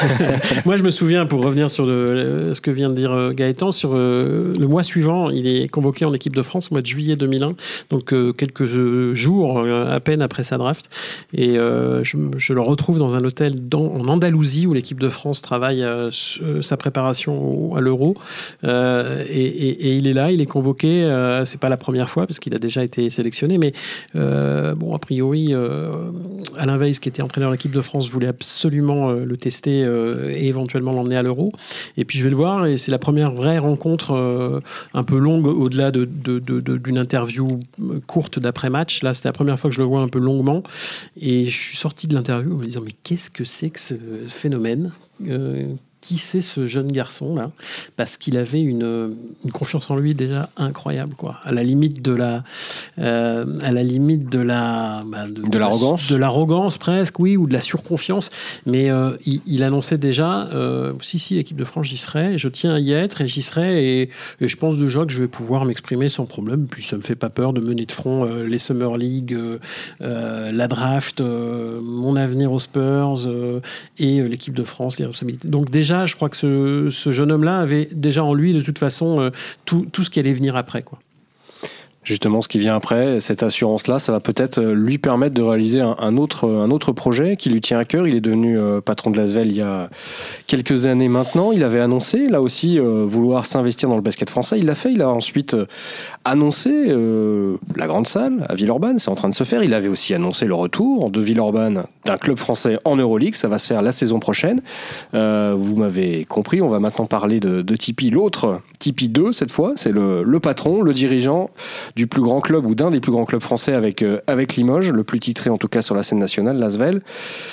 S4: Moi, je me souviens, pour revenir sur le, ce que vient de dire Gaëtan, sur euh, le mois suivant, il est convoqué en équipe de France au mois de juillet deux mille un, donc euh, quelques jours euh, à peine après sa draft. Et euh, je, je le retrouve dans un hôtel dans, en Andalousie où l'équipe de France travaille euh, sa préparation au, à l'Euro. Euh, et, et, et il est là, il est convoqué. Euh, c'est pas la première fois parce qu'il a déjà été sélectionné, mais euh, bon, a priori, euh, Alain Weiss, qui était entraîneur de l'équipe de France, voulait absolument euh, le tester euh, et éventuellement l'emmener à l'Euro. Et puis je vais le voir, et c'est la première vraie rencontre euh, un peu longue au-delà de, de, de, de, d'une interview courte d'après-match. Là, c'était la première fois que je le vois un peu longuement. Et je suis sorti de l'interview en me disant, mais qu'est-ce que c'est que ce phénomène euh, qui c'est ce jeune garçon là, parce qu'il avait une, une confiance en lui déjà incroyable, quoi, à la limite de la euh, à la limite de la bah, de,
S1: de, de l'arrogance
S4: la, de l'arrogance presque, oui, ou de la surconfiance, mais euh, il, il annonçait déjà euh, si si l'équipe de France, j'y serai, je tiens à y être et j'y serai, et, et je pense déjà que je vais pouvoir m'exprimer sans problème, puis ça me fait pas peur de mener de front euh, les Summer League, euh, euh, la draft, euh, mon avenir aux Spurs euh, et euh, l'équipe de France, les responsabilités. Donc déjà, je crois que ce, ce jeune homme-là avait déjà en lui, de toute façon, euh, tout, tout ce qui allait venir après, quoi.
S1: Justement, ce qui vient après, cette assurance-là, ça va peut-être lui permettre de réaliser un, un, autre, un autre projet qui lui tient à cœur. Il est devenu euh, patron de l'Asvel il y a quelques années maintenant. Il avait annoncé, là aussi, euh, vouloir s'investir dans le basket français. Il l'a fait. Il a ensuite euh, annoncé euh, la grande salle à Villeurbanne. C'est en train de se faire. Il avait aussi annoncé le retour de Villeurbanne d'un club français en Euroleague. Ça va se faire la saison prochaine. Euh, vous m'avez compris. On va maintenant parler de, de Tipeee. L'autre, Tipeee deux, cette fois, c'est le, le patron, le dirigeant du plus grand club, ou d'un des plus grands clubs français avec, euh, avec Limoges, le plus titré en tout cas sur la scène nationale, l'Asvel.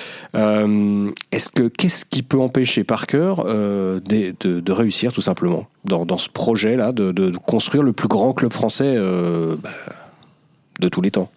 S1: Euh, est-ce que, qu'est-ce qui peut empêcher Parker euh, de, de, de réussir tout simplement dans, dans ce projet-là, de, de, de construire le plus grand club français euh, bah, de tous les temps?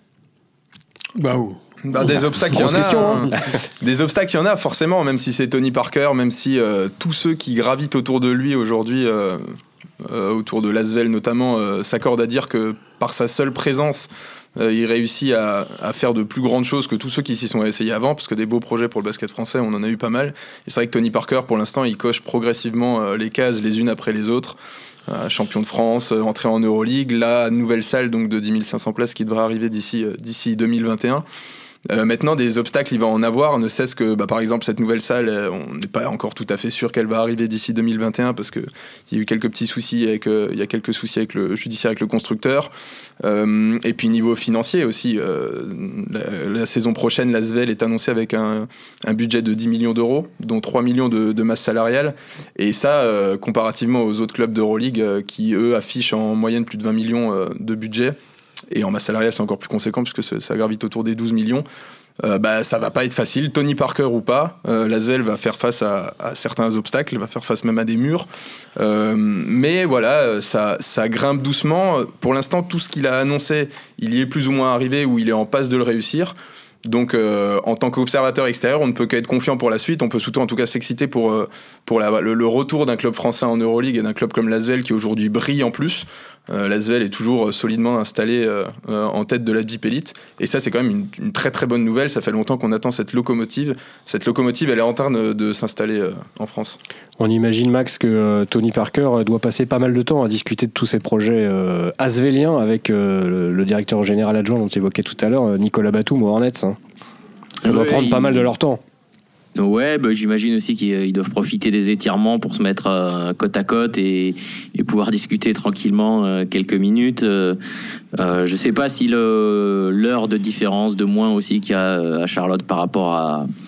S4: Bah, oh.
S2: Bah, des obstacles, il y en a. Question, hein. Des obstacles, il y en a forcément, même si c'est Tony Parker, même si euh, tous ceux qui gravitent autour de lui aujourd'hui, euh, euh, autour de l'Asvel notamment, euh, s'accordent à dire que par sa seule présence, euh, il réussit à, à faire de plus grandes choses que tous ceux qui s'y sont essayés avant, parce que des beaux projets pour le basket français, on en a eu pas mal. Et c'est vrai que Tony Parker, pour l'instant, il coche progressivement euh, les cases les unes après les autres. Euh, champion de France, euh, entré en Euroleague, la nouvelle salle donc de dix mille cinq cents places qui devrait arriver d'ici, euh, d'ici deux mille vingt et un. Euh, maintenant, des obstacles, il va en avoir, ne cesse que, bah, par exemple, cette nouvelle salle, euh, on n'est pas encore tout à fait sûr qu'elle va arriver d'ici deux mille vingt et un parce qu'il y a eu quelques petits soucis avec, euh, il y a quelques soucis avec le judiciaire, avec le constructeur. Euh, et puis, niveau financier aussi, euh, la, la saison prochaine, l'Asvel est annoncée avec un, un budget de dix millions d'euros, dont trois millions de, de masse salariale. Et ça, euh, comparativement aux autres clubs d'Euroleague euh, qui, eux, affichent en moyenne plus de vingt millions euh, de budget. Et en masse salariale, c'est encore plus conséquent puisque ça gravite autour des douze millions. Euh, bah, ça va pas être facile. Tony Parker ou pas, euh, l'Asvel va faire face à, à certains obstacles, va faire face même à des murs. Euh, mais voilà, ça, ça grimpe doucement. Pour l'instant, tout ce qu'il a annoncé, il y est plus ou moins arrivé ou il est en passe de le réussir. Donc, euh, en tant qu'observateur extérieur, on ne peut qu'être confiant pour la suite. On peut surtout, en tout cas, s'exciter pour, euh, pour la, le, le retour d'un club français en Euroleague et d'un club comme l'Asvel qui aujourd'hui brille en plus. Euh, L'Asvel est toujours solidement installé euh, euh, en tête de la Jeep Elite. Et ça, c'est quand même une, une très très bonne nouvelle. Ça fait longtemps qu'on attend cette locomotive. Cette locomotive, elle est en train de, de s'installer euh, en France.
S1: On imagine, Max, que euh, Tony Parker doit passer pas mal de temps à discuter de tous ces projets euh, asvéliens avec euh, le, le directeur général adjoint dont tu évoquais tout à l'heure, Nicolas Batum, au Hornets. Hein. Ça doit
S3: ouais,
S1: prendre
S3: il...
S1: pas mal de leur temps.
S3: Ouais, bah, j'imagine aussi qu'ils doivent profiter des étirements pour se mettre euh, côte à côte et, et pouvoir discuter tranquillement euh, quelques minutes. Euh, euh, je sais pas si le, l'heure de différence de moins aussi qu'il y a à Charlotte par rapport à,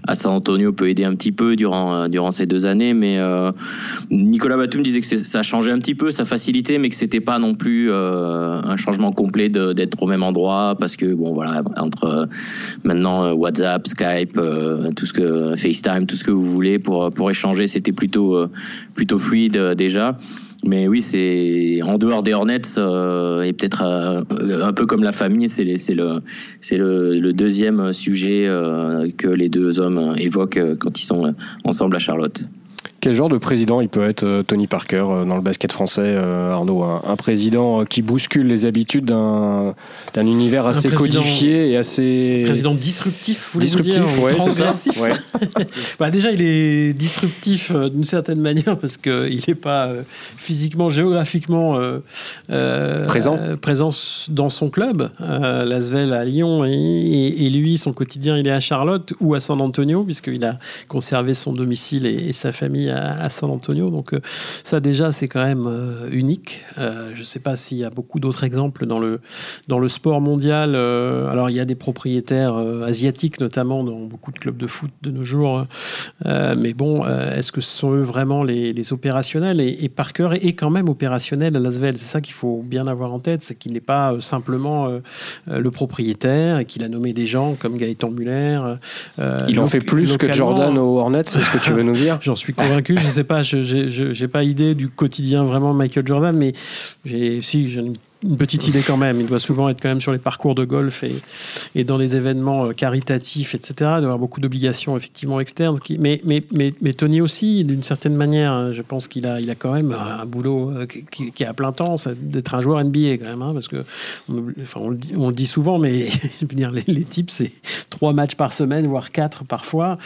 S3: à San Antonio peut aider un petit peu durant durant ces deux années, mais euh, Nicolas Batum disait que ça a changé un petit peu, ça facilitait, mais que c'était pas non plus euh, un changement complet de, d'être au même endroit, parce que bon voilà, entre euh, maintenant WhatsApp, Skype, euh, tout ce que FaceTime, tout ce que vous voulez pour pour échanger, c'était plutôt euh, plutôt fluide euh, déjà. Mais oui, c'est en dehors des Hornets euh, et peut-être euh, un peu comme la famille, c'est, les, c'est, le, c'est le, le deuxième sujet euh, que les deux hommes évoquent quand ils sont ensemble à Charlotte.
S1: Quel genre de président il peut être, euh, Tony Parker, euh, dans le basket français, euh, Arnaud, un, un président qui bouscule les habitudes d'un, d'un univers assez codifié et assez...
S4: Un président disruptif, vous voulez
S1: dire,
S4: ou
S1: ouais,
S4: transgressif.
S1: Ouais.
S4: Bah déjà, il est disruptif euh, d'une certaine manière parce qu'il n'est pas euh, physiquement, géographiquement euh, euh,
S1: présent.
S4: Euh, présent dans son club, euh, l'Asvel à Lyon, et, et, et lui, son quotidien, il est à Charlotte ou à San Antonio, puisqu'il a conservé son domicile et, et sa famille à, à San Antonio. Donc euh, ça déjà, c'est quand même euh, unique. Euh, je ne sais pas s'il y a beaucoup d'autres exemples dans le, dans le sport mondial. Euh, alors il y a des propriétaires euh, asiatiques, notamment dans beaucoup de clubs de foot de nos jours. Euh, mais bon, euh, est-ce que ce sont eux vraiment les, les opérationnels ? Et, et Parker est quand même opérationnel à l'Asvel. C'est ça qu'il faut bien avoir en tête, c'est qu'il n'est pas euh, simplement euh, le propriétaire et qu'il a nommé des gens comme Gaëtan Muller.
S1: Euh, il en fait plus que Jordan aux Hornets, c'est ce que tu veux nous dire ?
S4: J'en suis convaincu. Je ne sais pas, je n'ai pas idée du quotidien vraiment de Michael Jordan, mais j'ai, si, j'ai une une petite idée quand même. Il doit souvent être quand même sur les parcours de golf et, et dans les événements caritatifs, et cetera. Il doit y avoir beaucoup d'obligations effectivement externes. Qui, mais, mais, mais, mais Tony aussi, d'une certaine manière, je pense qu'il a, il a quand même un boulot qui, qui est à plein temps, c'est d'être un joueur N B A quand même, hein, parce que on, enfin, on, le dit, on le dit souvent, mais je veux dire, les, les types, c'est trois matchs par semaine, voire quatre parfois,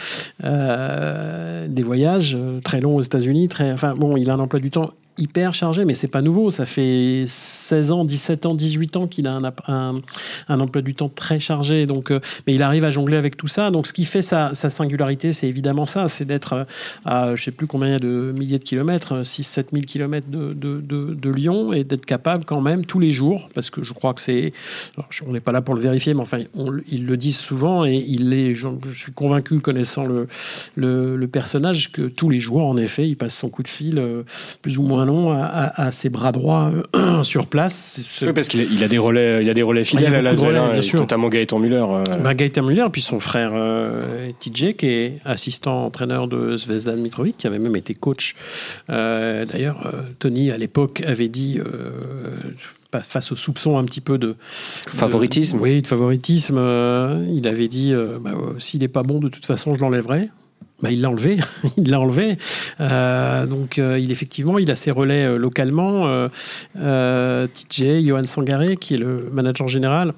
S4: euh, des voyages très longs aux États-Unis. Très, enfin bon, il a un emploi du temps hyper chargé, mais c'est pas nouveau. Ça fait seize ans, dix-sept ans, dix-huit ans qu'il a un, un, un emploi du temps très chargé. Donc, euh, mais il arrive à jongler avec tout ça. Donc, ce qui fait sa, sa singularité, c'est évidemment ça, c'est d'être à, je sais plus combien il y a de milliers de kilomètres, six à sept mille kilomètres de, de, de, de Lyon, et d'être capable quand même tous les jours, parce que je crois que c'est, alors, on n'est pas là pour le vérifier, mais enfin, on, ils le disent souvent, et il est, je, je suis convaincu, connaissant le, le, le personnage, que tous les jours, en effet, il passe son coup de fil, euh, plus ou moins long, à, à, à ses bras droits euh, sur place. C'est...
S1: Oui, parce qu'il a, il a des relais, il a des relais fidèles à l'Asvel, hein, notamment Gaëtan Muller. Euh...
S4: Ben, Gaëtan Muller, puis son frère euh, T J, qui est assistant entraîneur de Zvezdan Mitrovic, qui avait même été coach. Euh, d'ailleurs, euh, Tony, à l'époque, avait dit... Euh, face aux soupçons un petit peu de...
S1: Favoritisme.
S4: De, oui, de favoritisme. Euh, il avait dit, euh, bah, euh, s'il n'est pas bon, de toute façon, je l'enlèverai. Bah, il l'a enlevé, il l'a enlevé. Euh, donc, euh, il effectivement, il a ses relais euh, localement. Euh, euh, T J, Johan Sangaré, qui est le manager général,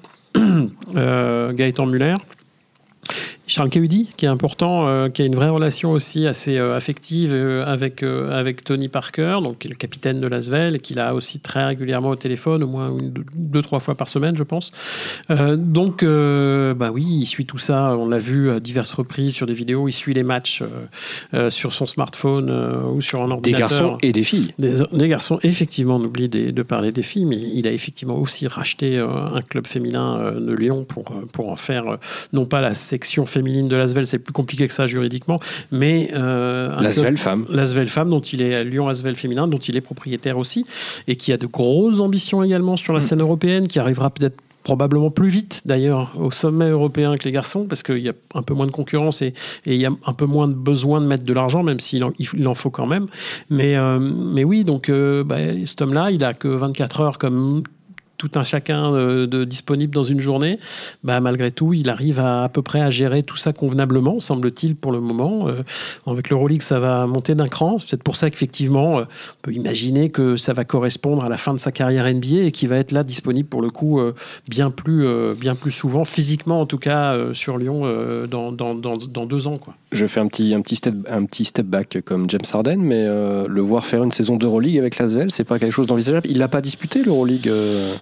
S4: euh, Gaëtan Muller. Charles Cahudi, qui est important, euh, qui a une vraie relation aussi assez euh, affective euh, avec, euh, avec Tony Parker, donc qui est le capitaine de l'Asvel, et qu'il a aussi très régulièrement au téléphone, au moins une, deux, deux, trois fois par semaine, je pense. Euh, donc, euh, bah oui, il suit tout ça. On l'a vu à diverses reprises sur des vidéos. Il suit les matchs euh, euh, sur son smartphone euh, ou sur un ordinateur.
S1: Des garçons et des filles.
S4: Des, des garçons, effectivement, on oublie de, de parler des filles, mais il a effectivement aussi racheté euh, un club féminin euh, de Lyon pour, pour en faire, euh, non pas la section féminine de l'Asvel, c'est plus compliqué que ça juridiquement, mais euh,
S1: l'Asvel femme,
S4: l'Asvel femme, dont il est Lyon Asvel féminin, dont il est propriétaire aussi, et qui a de grosses ambitions également sur la scène européenne, qui arrivera peut-être probablement plus vite d'ailleurs au sommet européen que les garçons, parce qu'il y a un peu moins de concurrence et, et il y a un peu moins de besoin de mettre de l'argent, même s'il en, il en faut quand même. Mais, euh, mais oui, donc euh, bah, cet homme-là, il a que vingt-quatre heures comme tout un chacun de, de disponible dans une journée, bah, malgré tout, il arrive à, à peu près à gérer tout ça convenablement, semble-t-il, pour le moment. Euh, avec l'Euroleague, ça va monter d'un cran. C'est peut-être pour ça qu'effectivement, euh, on peut imaginer que ça va correspondre à la fin de sa carrière N B A et qu'il va être là disponible, pour le coup, euh, bien, plus, euh, bien plus souvent, physiquement en tout cas, euh, sur Lyon, euh, dans, dans, dans, dans deux ans, quoi.
S1: Je fais un petit, un petit, step, un petit step back comme James Harden, mais euh, le voir faire une saison d'Euroleague avec l'Asvel, c'est pas quelque chose d'envisageable. Il l'a pas disputé, l'Euroleague euh...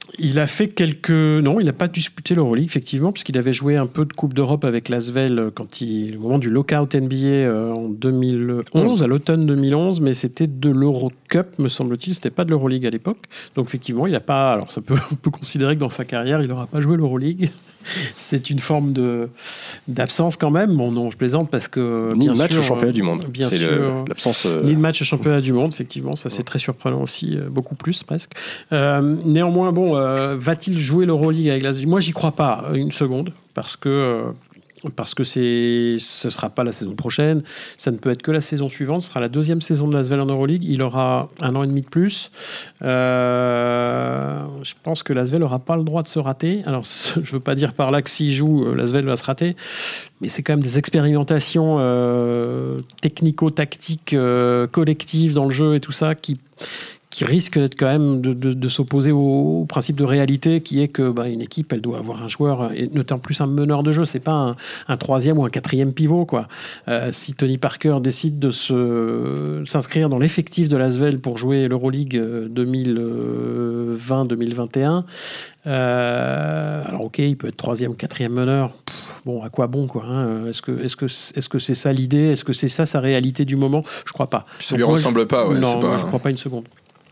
S4: Il a fait quelques... Non, il n'a pas disputé l'Euroleague, effectivement, puisqu'il avait joué un peu de Coupe d'Europe avec l'Asvel quand il... au moment du lockout N B A euh, en deux mille onze, à l'automne deux mille onze, mais c'était de l'Eurocup, me semble-t-il, c'était pas de l'Euroleague à l'époque. Donc, effectivement, il n'a pas... Alors, ça peut... on peut considérer que dans sa carrière, il n'aura pas joué l'Euroleague. C'est une forme de... d'absence quand même. Bon, non, je plaisante parce que...
S1: Ni
S4: bien
S1: de match
S4: sûr,
S1: au championnat du monde.
S4: Bien
S1: c'est
S4: sûr.
S1: Le... l'absence... Euh...
S4: Ni de match au championnat du monde, effectivement. Ça, c'est ouais. très surprenant aussi. Euh, beaucoup plus, presque. Euh, néanmoins, bon, euh, va-t-il jouer l'Euroleague avec l'Asvel ? Moi, j'y crois pas une seconde parce que... Euh, parce que c'est, ce ne sera pas la saison prochaine, ça ne peut être que la saison suivante, ce sera la deuxième saison de l'Asvel en Euroleague, il aura un an et demi de plus. Euh, je pense que l'Asvel n'aura pas le droit de se rater. Alors, je ne veux pas dire par là que s'il joue, l'Asvel va se rater, mais c'est quand même des expérimentations euh, technico-tactiques euh, collectives dans le jeu et tout ça qui... qui risque d'être quand même de, de, de s'opposer au, au principe de réalité qui est que bah, une équipe, elle doit avoir un joueur, et notamment plus un meneur de jeu, c'est pas un, un troisième ou un quatrième pivot, quoi. Euh, si Tony Parker décide de se, s'inscrire dans l'effectif de l'Asvel pour jouer l'Euroleague deux mille vingt deux mille vingt et un, euh, alors ok, il peut être troisième, quatrième meneur, pff, bon, à quoi bon, quoi, hein. Est-ce que, est-ce que, est-ce que c'est ça l'idée? Est-ce que c'est ça sa réalité du moment? Je crois pas.
S2: Ça lui ressemble je, pas, ouais.
S4: Non,
S2: c'est pas...
S4: moi, je crois pas une seconde.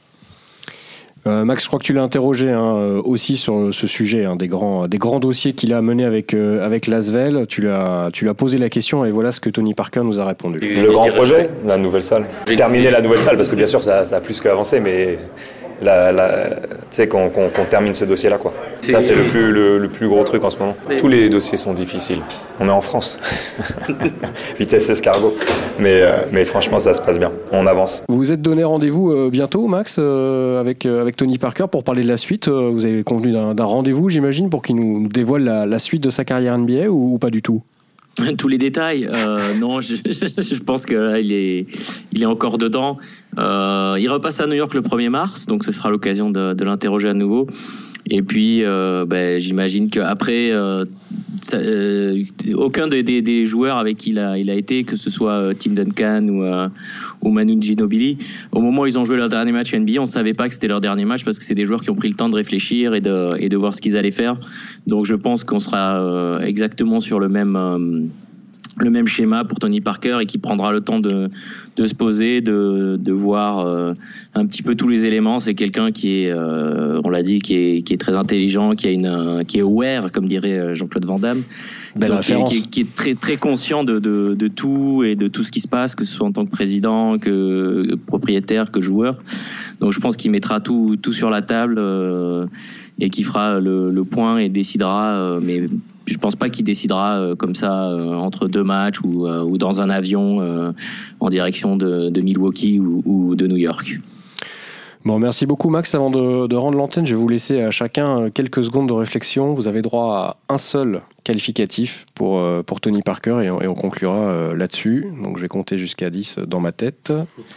S1: Euh, Max, je crois que tu l'as interrogé hein, aussi sur ce sujet, hein, des, grands, des grands dossiers qu'il a menés avec, euh, avec l'Asvel. Tu lui, as, tu lui as posé la question et voilà ce que Tony Parker nous a répondu.
S5: Le grand projet, la nouvelle salle. Terminer la nouvelle salle, parce que bien sûr ça, ça a plus qu'avancé, mais la, la, tu sais, qu'on, qu'on, qu'on termine ce dossier-là, quoi. C'est... Ça, c'est le plus, le, le plus gros truc en ce moment. C'est... Tous les dossiers sont difficiles. On est en France. Vitesse escargot. Mais, euh, mais franchement, ça se passe bien. On avance.
S1: Vous vous êtes donné rendez-vous euh, bientôt, Max, euh, avec, euh, avec Tony Parker pour parler de la suite. Euh, vous avez convenu d'un, d'un rendez-vous, j'imagine, pour qu'il nous, nous dévoile la, la suite de sa carrière N B A ou, ou pas du tout?
S3: Tous les détails, euh, non, je, je pense que là, il est, il est encore dedans. Euh, il repasse à New York le premier mars, donc ce sera l'occasion de, de l'interroger à nouveau. Et puis, euh, ben, j'imagine qu'après, euh, ça, euh, aucun des, des, des joueurs avec qui il a, il a été, que ce soit Tim Duncan ou, euh, ou Manu Ginobili, au moment où ils ont joué leur dernier match N B A, on ne savait pas que c'était leur dernier match parce que c'est des joueurs qui ont pris le temps de réfléchir et de, et de voir ce qu'ils allaient faire. Donc, je pense qu'on sera euh, exactement sur le même... Euh, le même schéma pour Tony Parker et qui prendra le temps de, de se poser, de, de voir euh, un petit peu tous les éléments. C'est quelqu'un qui est, euh, on l'a dit, qui est, qui est très intelligent, qui a une, qui est aware, comme dirait Jean-Claude Van Damme.
S1: Belle référence.
S3: Qui, est, qui est très, très conscient de, de, de tout et de tout ce qui se passe, que ce soit en tant que président, que propriétaire, que joueur. Donc je pense qu'il mettra tout, tout sur la table euh, et qu'il fera le, le point et décidera, euh, mais je pense pas qu'il décidera euh, comme ça euh, entre deux matchs ou, euh, ou dans un avion euh, en direction de, de Milwaukee ou, ou de New York.
S1: Bon, merci beaucoup Max. Avant de, de rendre l'antenne, je vais vous laisser à chacun quelques secondes de réflexion. Vous avez droit à un seul qualificatif pour, pour Tony Parker et on, et on conclura là-dessus. Donc je vais compter jusqu'à dix dans ma tête.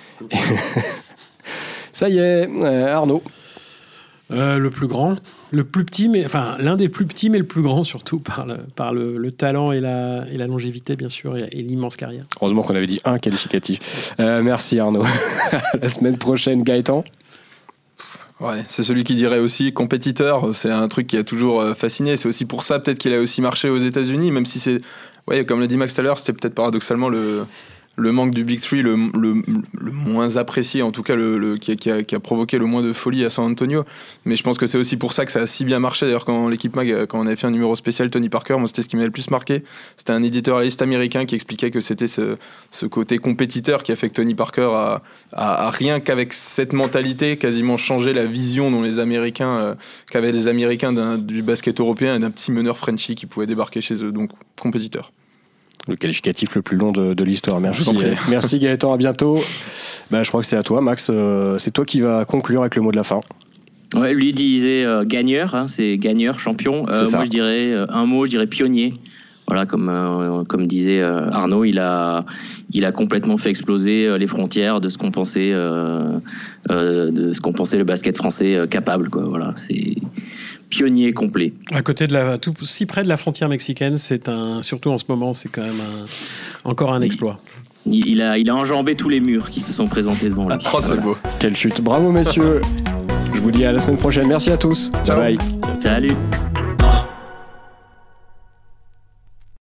S1: Ça y est, euh, Arnaud.
S4: Euh, le plus grand, le plus petit, mais enfin l'un des plus petits, mais le plus grand surtout par le, par le, le talent et la, et la longévité bien sûr et, et l'immense carrière.
S1: Heureusement qu'on avait dit un qualificatif. Euh, merci Arnaud. La semaine prochaine, Gaëtan.
S2: Ouais, c'est celui qui dirait aussi compétiteur. C'est un truc qui a toujours fasciné. C'est aussi pour ça peut-être qu'il a aussi marché aux États-Unis, même si c'est, ouais, comme l'a dit Max tout à l'heure, c'était peut-être paradoxalement le le manque du Big Three, le, le, le moins apprécié, en tout cas le, le, qui, a, qui, a, qui a provoqué le moins de folie à San Antonio. Mais je pense que c'est aussi pour ça que ça a si bien marché. D'ailleurs, quand l'équipe Mag, quand on avait fait un numéro spécial Tony Parker, moi c'était ce qui m'avait le plus marqué. C'était un éditorialiste américain qui expliquait que c'était ce, ce côté compétiteur qui a fait que Tony Parker a, a, a rien qu'avec cette mentalité quasiment changé la vision dont les Américains, euh, qu'avaient les Américains d'un, du basket européen et d'un petit meneur Frenchie qui pouvait débarquer chez eux. Donc compétiteur.
S1: Le qualificatif le plus long de, de l'histoire. Merci, merci Gaëtan, à bientôt. Ben, je crois que c'est à toi, Max. Euh, c'est toi qui vas conclure avec le mot de la fin.
S3: Ouais, lui disait euh, gagneur, hein, c'est gagneur, champion. Euh, moi, je dirais euh, un mot, je dirais pionnier. Voilà, comme euh, comme disait euh, Arnaud, il a il a complètement fait exploser euh, les frontières de ce qu'on pensait euh, euh, de ce qu'on pensait le basket français euh, capable, quoi. Voilà, c'est pionnier complet.
S4: À côté de la, tout si près de la frontière mexicaine, c'est un, surtout en ce moment, c'est quand même un, encore un exploit.
S3: Il, il a il a enjambé tous les murs qui se sont présentés devant lui.
S2: Oh, c'est beau.
S1: Quelle chute. Bravo messieurs. Je vous dis à la semaine prochaine. Merci à tous.
S2: Ciao.
S1: Bye bye.
S3: Salut.